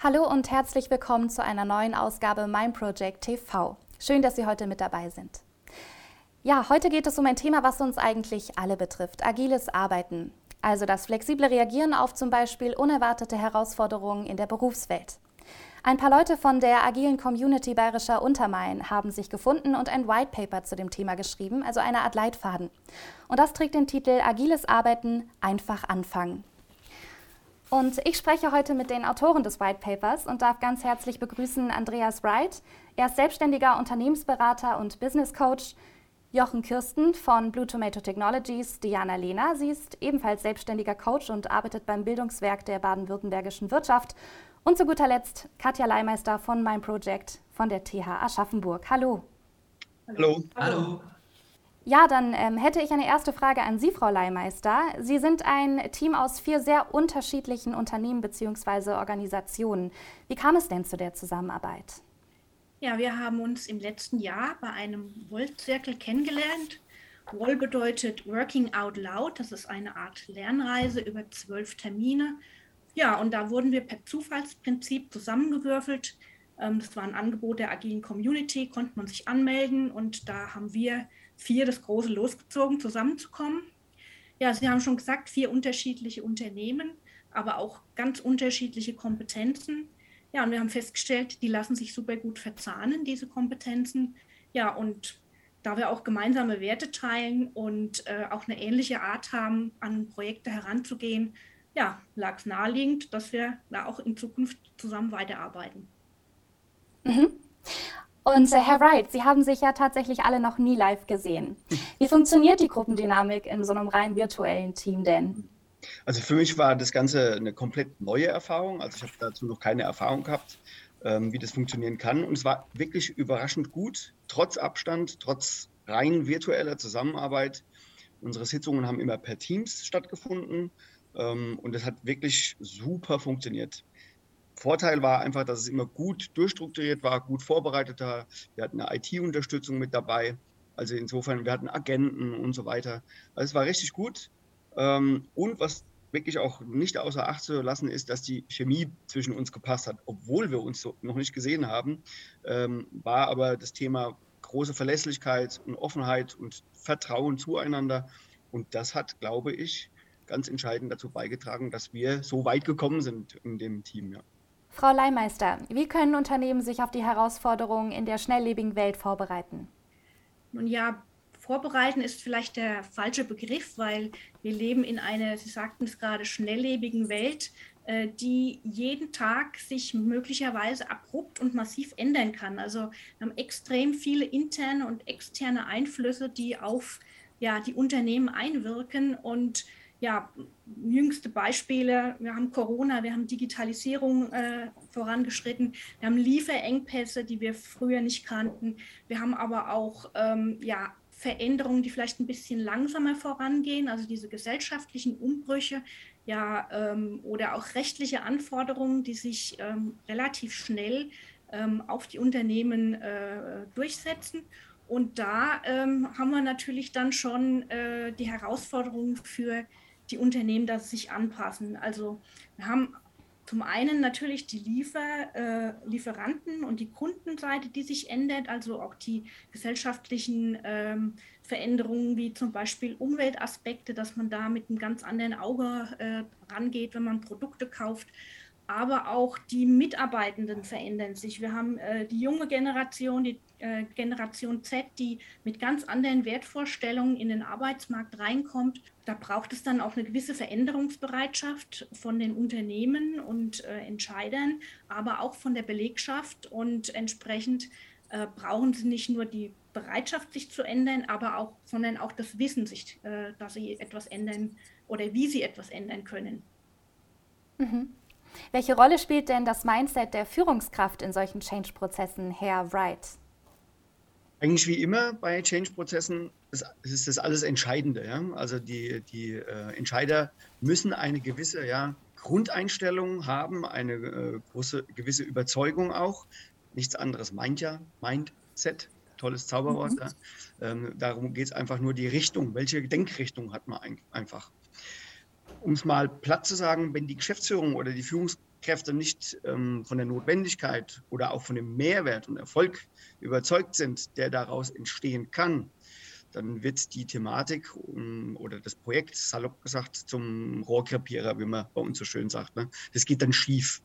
Hallo und herzlich willkommen zu einer neuen Ausgabe Mein Project TV. Schön, dass Sie heute mit dabei sind. Ja, heute geht es um ein Thema, was uns eigentlich alle betrifft: agiles Arbeiten. Also das flexible Reagieren auf zum Beispiel unerwartete Herausforderungen in der Berufswelt. Ein paar Leute von der agilen Community Bayerischer Untermain haben sich gefunden und ein White Paper zu dem Thema geschrieben, also eine Art Leitfaden. Und das trägt den Titel Agiles Arbeiten einfach anfangen. Und ich spreche heute mit den Autoren des White Papers und darf ganz herzlich begrüßen Andreas Wright. Er ist selbstständiger Unternehmensberater und Business Coach. Jochen Kürsten von Blue Tomato Technologies, Diana Lehner. Sie ist ebenfalls selbstständiger Coach und arbeitet beim Bildungswerk der baden-württembergischen Wirtschaft. Und zu guter Letzt Katja Leimeister von Mein Project von der TH Aschaffenburg. Hallo. Hallo. Hallo. Ja, dann hätte ich eine erste Frage an Sie, Frau Leimeister. Sie sind ein Team aus 4 sehr unterschiedlichen Unternehmen bzw. Organisationen. Wie kam es denn zu der Zusammenarbeit? Ja, wir haben uns im letzten Jahr bei einem WOL-Zirkel kennengelernt. WOL bedeutet Working Out Loud. Das ist eine Art Lernreise über 12 Termine. Ja, und da wurden wir per Zufallsprinzip zusammengewürfelt. Das war ein Angebot der agilen Community, konnte man sich anmelden und da haben wir 4 das große losgezogen, zusammenzukommen. Ja, Sie haben schon gesagt, 4 unterschiedliche Unternehmen, aber auch ganz unterschiedliche Kompetenzen. Ja, und wir haben festgestellt, die lassen sich super gut verzahnen, diese Kompetenzen. Ja, und da wir auch gemeinsame Werte teilen und auch eine ähnliche Art haben, an Projekte heranzugehen, ja, lag es naheliegend, dass wir da auch in Zukunft zusammen weiterarbeiten. Und Herr Wright, Sie haben sich ja tatsächlich alle noch nie live gesehen. Wie funktioniert die Gruppendynamik in so einem rein virtuellen Team denn? Also für mich war das Ganze eine komplett neue Erfahrung. Also ich habe dazu noch keine Erfahrung gehabt, wie das funktionieren kann. Und es war wirklich überraschend gut, trotz Abstand, trotz rein virtueller Zusammenarbeit. Unsere Sitzungen haben immer per Teams stattgefunden und es hat wirklich super funktioniert. Vorteil war einfach, dass es immer gut durchstrukturiert war, gut vorbereitet war. Wir hatten eine IT-Unterstützung mit dabei. Also insofern, wir hatten Agenten und so weiter. Also es war richtig gut. Und was wirklich auch nicht außer Acht zu lassen ist, dass die Chemie zwischen uns gepasst hat, obwohl wir uns so noch nicht gesehen haben, war aber das Thema große Verlässlichkeit und Offenheit und Vertrauen zueinander. Und das hat, glaube ich, ganz entscheidend dazu beigetragen, dass wir so weit gekommen sind in dem Team. Ja. Frau Leimeister, wie können Unternehmen sich auf die Herausforderungen in der schnelllebigen Welt vorbereiten? Nun ja, vorbereiten ist vielleicht der falsche Begriff, weil wir leben in einer, Sie sagten es gerade, schnelllebigen Welt, die jeden Tag sich möglicherweise abrupt und massiv ändern kann. Also wir haben extrem viele interne und externe Einflüsse, die auf die Unternehmen einwirken und ja, jüngste Beispiele, wir haben Corona, wir haben Digitalisierung vorangeschritten, wir haben Lieferengpässe, die wir früher nicht kannten, wir haben aber auch Veränderungen, die vielleicht ein bisschen langsamer vorangehen, also diese gesellschaftlichen Umbrüche, oder auch rechtliche Anforderungen, die sich relativ schnell auf die Unternehmen durchsetzen. Und da haben wir natürlich dann schon die Herausforderungen für die Unternehmen, dass sie sich anpassen. Also wir haben zum einen natürlich die Lieferanten und die Kundenseite, die sich ändert, also auch die gesellschaftlichen Veränderungen, wie zum Beispiel Umweltaspekte, dass man da mit einem ganz anderen Auge rangeht, wenn man Produkte kauft. Aber auch die Mitarbeitenden verändern sich. Wir haben die junge Generation, die Generation Z, die mit ganz anderen Wertvorstellungen in den Arbeitsmarkt reinkommt. Da braucht es dann auch eine gewisse Veränderungsbereitschaft von den Unternehmen und Entscheidern, aber auch von der Belegschaft. Und entsprechend brauchen sie nicht nur die Bereitschaft, sich zu ändern, sondern auch das Wissen, dass sie etwas ändern oder wie sie etwas ändern können. Welche Rolle spielt denn das Mindset der Führungskraft in solchen Change-Prozessen, Herr Wright? Eigentlich wie immer bei Change-Prozessen ist das alles Entscheidende. Ja? Also die Entscheider müssen eine gewisse Grundeinstellung haben, eine gewisse Überzeugung auch. Nichts anderes Mindset, tolles Zauberwort. Ja? Darum geht es einfach nur die Richtung. Welche Denkrichtung hat man einfach? Um es mal platt zu sagen, wenn die Geschäftsführung oder die Führungskraft Führungskräfte nicht von der Notwendigkeit oder auch von dem Mehrwert und Erfolg überzeugt sind, der daraus entstehen kann, dann wird die Thematik oder das Projekt, salopp gesagt, zum Rohrkrepierer, wie man bei uns so schön sagt. Ne? Das geht dann schief.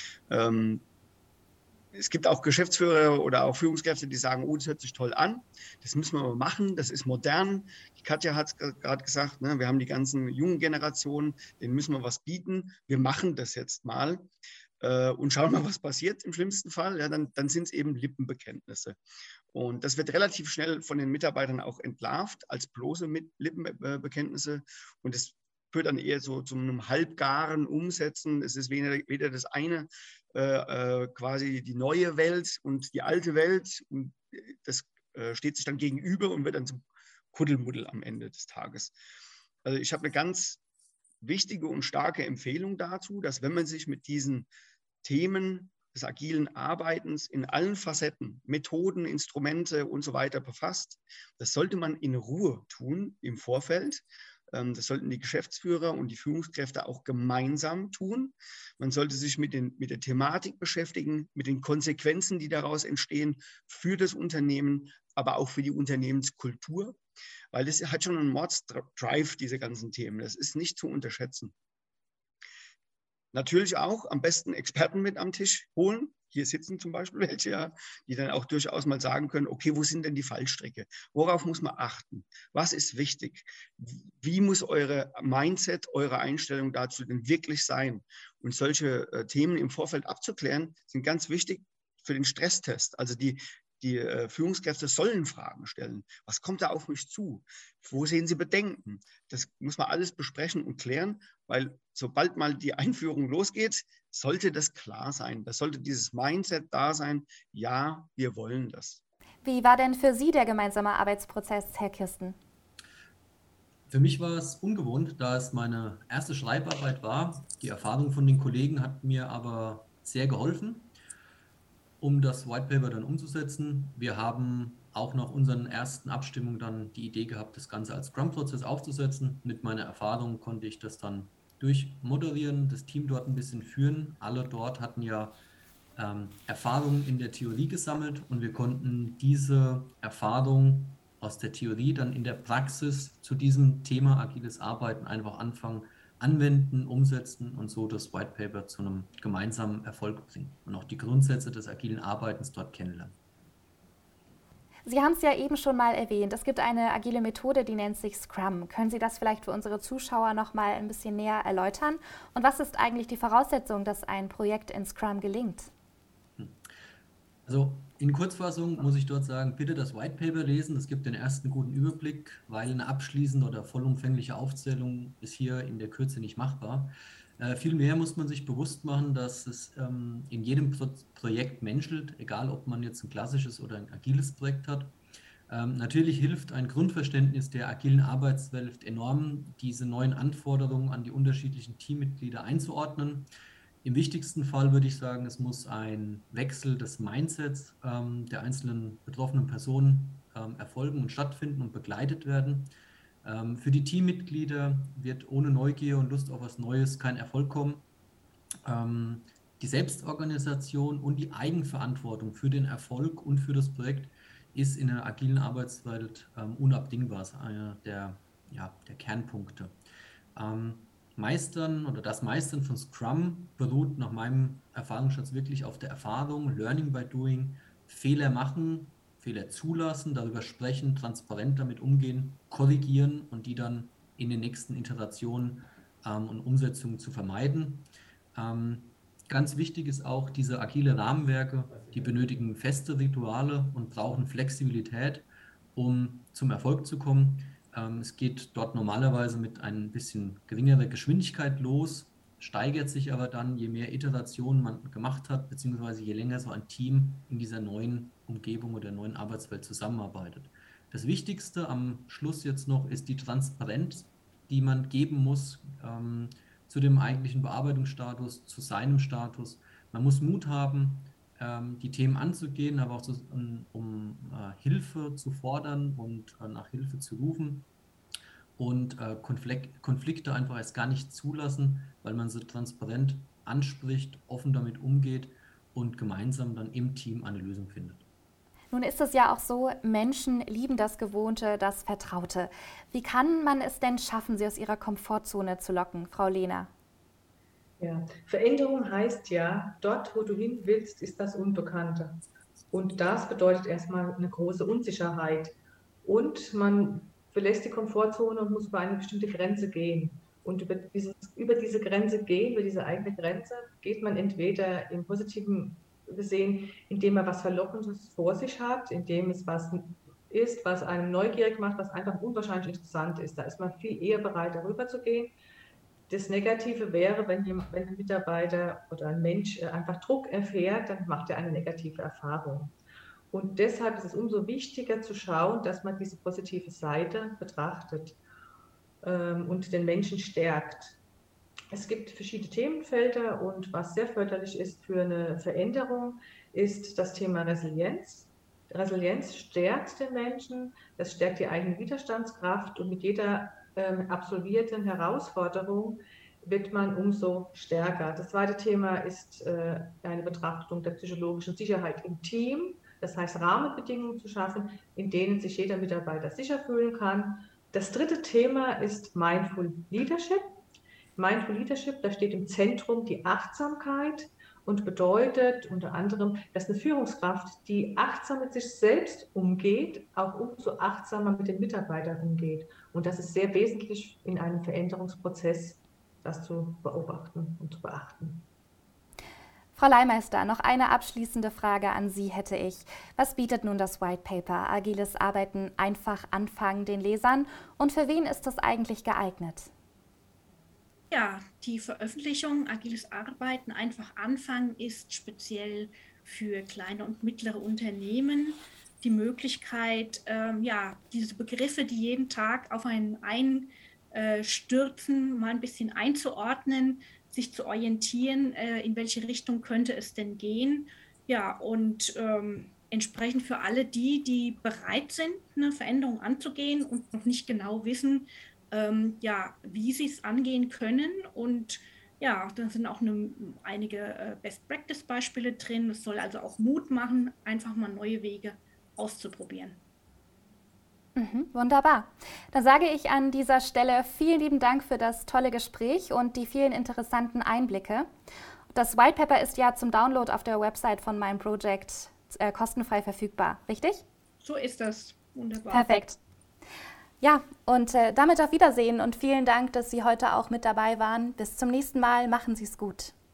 Es gibt auch Geschäftsführer oder auch Führungskräfte, die sagen, oh, das hört sich toll an, das müssen wir mal machen, das ist modern. Die Katja hat es gerade gesagt, ne, wir haben die ganzen jungen Generationen, denen müssen wir was bieten, wir machen das jetzt mal und schauen mal, was passiert im schlimmsten Fall. Ja, dann sind es eben Lippenbekenntnisse. Und das wird relativ schnell von den Mitarbeitern auch entlarvt als bloße Lippenbekenntnisse und es führt dann eher so zu einem halbgaren Umsetzen. Es ist weder das eine quasi die neue Welt und die alte Welt. Und das steht sich dann gegenüber und wird dann zum Kuddelmuddel am Ende des Tages. Also ich habe eine ganz wichtige und starke Empfehlung dazu, dass wenn man sich mit diesen Themen des agilen Arbeitens in allen Facetten, Methoden, Instrumente und so weiter befasst, das sollte man in Ruhe tun im Vorfeld. Das sollten die Geschäftsführer und die Führungskräfte auch gemeinsam tun. Man sollte sich mit der Thematik beschäftigen, mit den Konsequenzen, die daraus entstehen für das Unternehmen, aber auch für die Unternehmenskultur, weil das hat schon einen Mordsdrive, diese ganzen Themen. Das ist nicht zu unterschätzen. Natürlich auch am besten Experten mit am Tisch holen. Hier sitzen zum Beispiel welche, ja, die dann auch durchaus mal sagen können, okay, wo sind denn die Fallstricke? Worauf muss man achten? Was ist wichtig? Wie muss eure Mindset, eure Einstellung dazu denn wirklich sein? Und solche Themen im Vorfeld abzuklären, sind ganz wichtig für den Stresstest. Also die Führungskräfte sollen Fragen stellen. Was kommt da auf mich zu? Wo sehen Sie Bedenken? Das muss man alles besprechen und klären, weil sobald mal die Einführung losgeht, sollte das klar sein. Da sollte dieses Mindset da sein, ja, wir wollen das. Wie war denn für Sie der gemeinsame Arbeitsprozess, Herr Kirsten? Für mich war es ungewohnt, da es meine erste Schreibarbeit war. Die Erfahrung von den Kollegen hat mir aber sehr geholfen, um das White Paper dann umzusetzen. Wir haben auch nach unseren ersten Abstimmungen dann die Idee gehabt, das Ganze als Scrum-Prozess aufzusetzen. Mit meiner Erfahrung konnte ich das dann durchmoderieren, das Team dort ein bisschen führen. Alle dort hatten ja Erfahrungen in der Theorie gesammelt und wir konnten diese Erfahrung aus der Theorie dann in der Praxis zu diesem Thema agiles Arbeiten einfach anfangen, anwenden, umsetzen und so das White Paper zu einem gemeinsamen Erfolg bringen und auch die Grundsätze des agilen Arbeitens dort kennenlernen. Sie haben es ja eben schon mal erwähnt. Es gibt eine agile Methode, die nennt sich Scrum. Können Sie das vielleicht für unsere Zuschauer noch mal ein bisschen näher erläutern? Und was ist eigentlich die Voraussetzung, dass ein Projekt in Scrum gelingt? Also in Kurzfassung muss ich dort sagen, bitte das White Paper lesen. Das gibt den ersten guten Überblick, weil eine abschließende oder vollumfängliche Aufzählung ist hier in der Kürze nicht machbar. Vielmehr muss man sich bewusst machen, dass es in jedem Projekt menschelt, egal ob man jetzt ein klassisches oder ein agiles Projekt hat. Natürlich hilft ein Grundverständnis der agilen Arbeitswelt enorm, diese neuen Anforderungen an die unterschiedlichen Teammitglieder einzuordnen. Im wichtigsten Fall würde ich sagen, es muss ein Wechsel des Mindsets der einzelnen betroffenen Personen erfolgen und stattfinden und begleitet werden. Für die Teammitglieder wird ohne Neugier und Lust auf was Neues kein Erfolg kommen. Die Selbstorganisation und die Eigenverantwortung für den Erfolg und für das Projekt ist in der agilen Arbeitswelt unabdingbar, ist einer der Kernpunkte. Meistern oder das Meistern von Scrum beruht nach meinem Erfahrungsschatz wirklich auf der Erfahrung, Learning by Doing, Fehler machen, Fehler zulassen, darüber sprechen, transparent damit umgehen, korrigieren und die dann in den nächsten Iterationen und Umsetzungen zu vermeiden. Ganz wichtig ist auch diese agile Rahmenwerke, die benötigen feste Rituale und brauchen Flexibilität, um zum Erfolg zu kommen. Es geht dort normalerweise mit ein bisschen geringerer Geschwindigkeit los, steigert sich aber dann, je mehr Iterationen man gemacht hat, beziehungsweise je länger so ein Team in dieser neuen Umgebung oder neuen Arbeitswelt zusammenarbeitet. Das Wichtigste am Schluss jetzt noch ist die Transparenz, die man geben muss zu dem eigentlichen Bearbeitungsstatus, zu seinem Status. Man muss Mut haben, die Themen anzugehen, aber auch um Hilfe zu fordern und nach Hilfe zu rufen und Konflikte einfach erst gar nicht zulassen, weil man sie transparent anspricht, offen damit umgeht und gemeinsam dann im Team eine Lösung findet. Nun ist es ja auch so, Menschen lieben das Gewohnte, das Vertraute. Wie kann man es denn schaffen, sie aus ihrer Komfortzone zu locken, Frau Lehner? Ja, Veränderung heißt ja, dort, wo du hin willst, ist das Unbekannte. Und das bedeutet erstmal eine große Unsicherheit. Und man verlässt die Komfortzone und muss über eine bestimmte Grenze gehen. Und über diese Grenze gehen, über diese eigene Grenze, geht man entweder im Positiven gesehen, indem man was Verlockendes vor sich hat, indem es was ist, was einem neugierig macht, was einfach unwahrscheinlich interessant ist. Da ist man viel eher bereit, darüber zu gehen. Das Negative wäre, wenn ein Mitarbeiter oder ein Mensch einfach Druck erfährt, dann macht er eine negative Erfahrung. Und deshalb ist es umso wichtiger zu schauen, dass man diese positive Seite betrachtet und den Menschen stärkt. Es gibt verschiedene Themenfelder und was sehr förderlich ist für eine Veränderung, ist das Thema Resilienz. Resilienz stärkt den Menschen, das stärkt die eigene Widerstandskraft und mit jeder absolvierten Herausforderung wird man umso stärker. Das zweite Thema ist eine Betrachtung der psychologischen Sicherheit im Team. Das heißt, Rahmenbedingungen zu schaffen, in denen sich jeder Mitarbeiter sicher fühlen kann. Das dritte Thema ist Mindful Leadership. Mindful Leadership, da steht im Zentrum die Achtsamkeit und bedeutet unter anderem, dass eine Führungskraft, die achtsam mit sich selbst umgeht, auch umso achtsamer mit den Mitarbeitern umgeht. Und das ist sehr wesentlich in einem Veränderungsprozess, das zu beobachten und zu beachten. Frau Leimeister, noch eine abschließende Frage an Sie hätte ich. Was bietet nun das White Paper Agiles Arbeiten einfach anfangen den Lesern und für wen ist das eigentlich geeignet? Ja, die Veröffentlichung Agiles Arbeiten einfach anfangen ist speziell für kleine und mittlere Unternehmen die Möglichkeit, diese Begriffe, die jeden Tag auf einen einstürzen, mal ein bisschen einzuordnen, sich zu orientieren, in welche Richtung könnte es denn gehen. Ja, und entsprechend für alle die bereit sind, eine Veränderung anzugehen und noch nicht genau wissen, wie sie es angehen können. Und ja, da sind auch einige Best-Practice-Beispiele drin. Es soll also auch Mut machen, einfach mal neue Wege auszuprobieren. Wunderbar. Dann sage ich an dieser Stelle vielen lieben Dank für das tolle Gespräch und die vielen interessanten Einblicke. Das White Paper ist ja zum Download auf der Website von meinem Projekt kostenfrei verfügbar, richtig? So ist das. Wunderbar. Perfekt. Ja, und damit auf Wiedersehen und vielen Dank, dass Sie heute auch mit dabei waren. Bis zum nächsten Mal. Machen Sie es gut.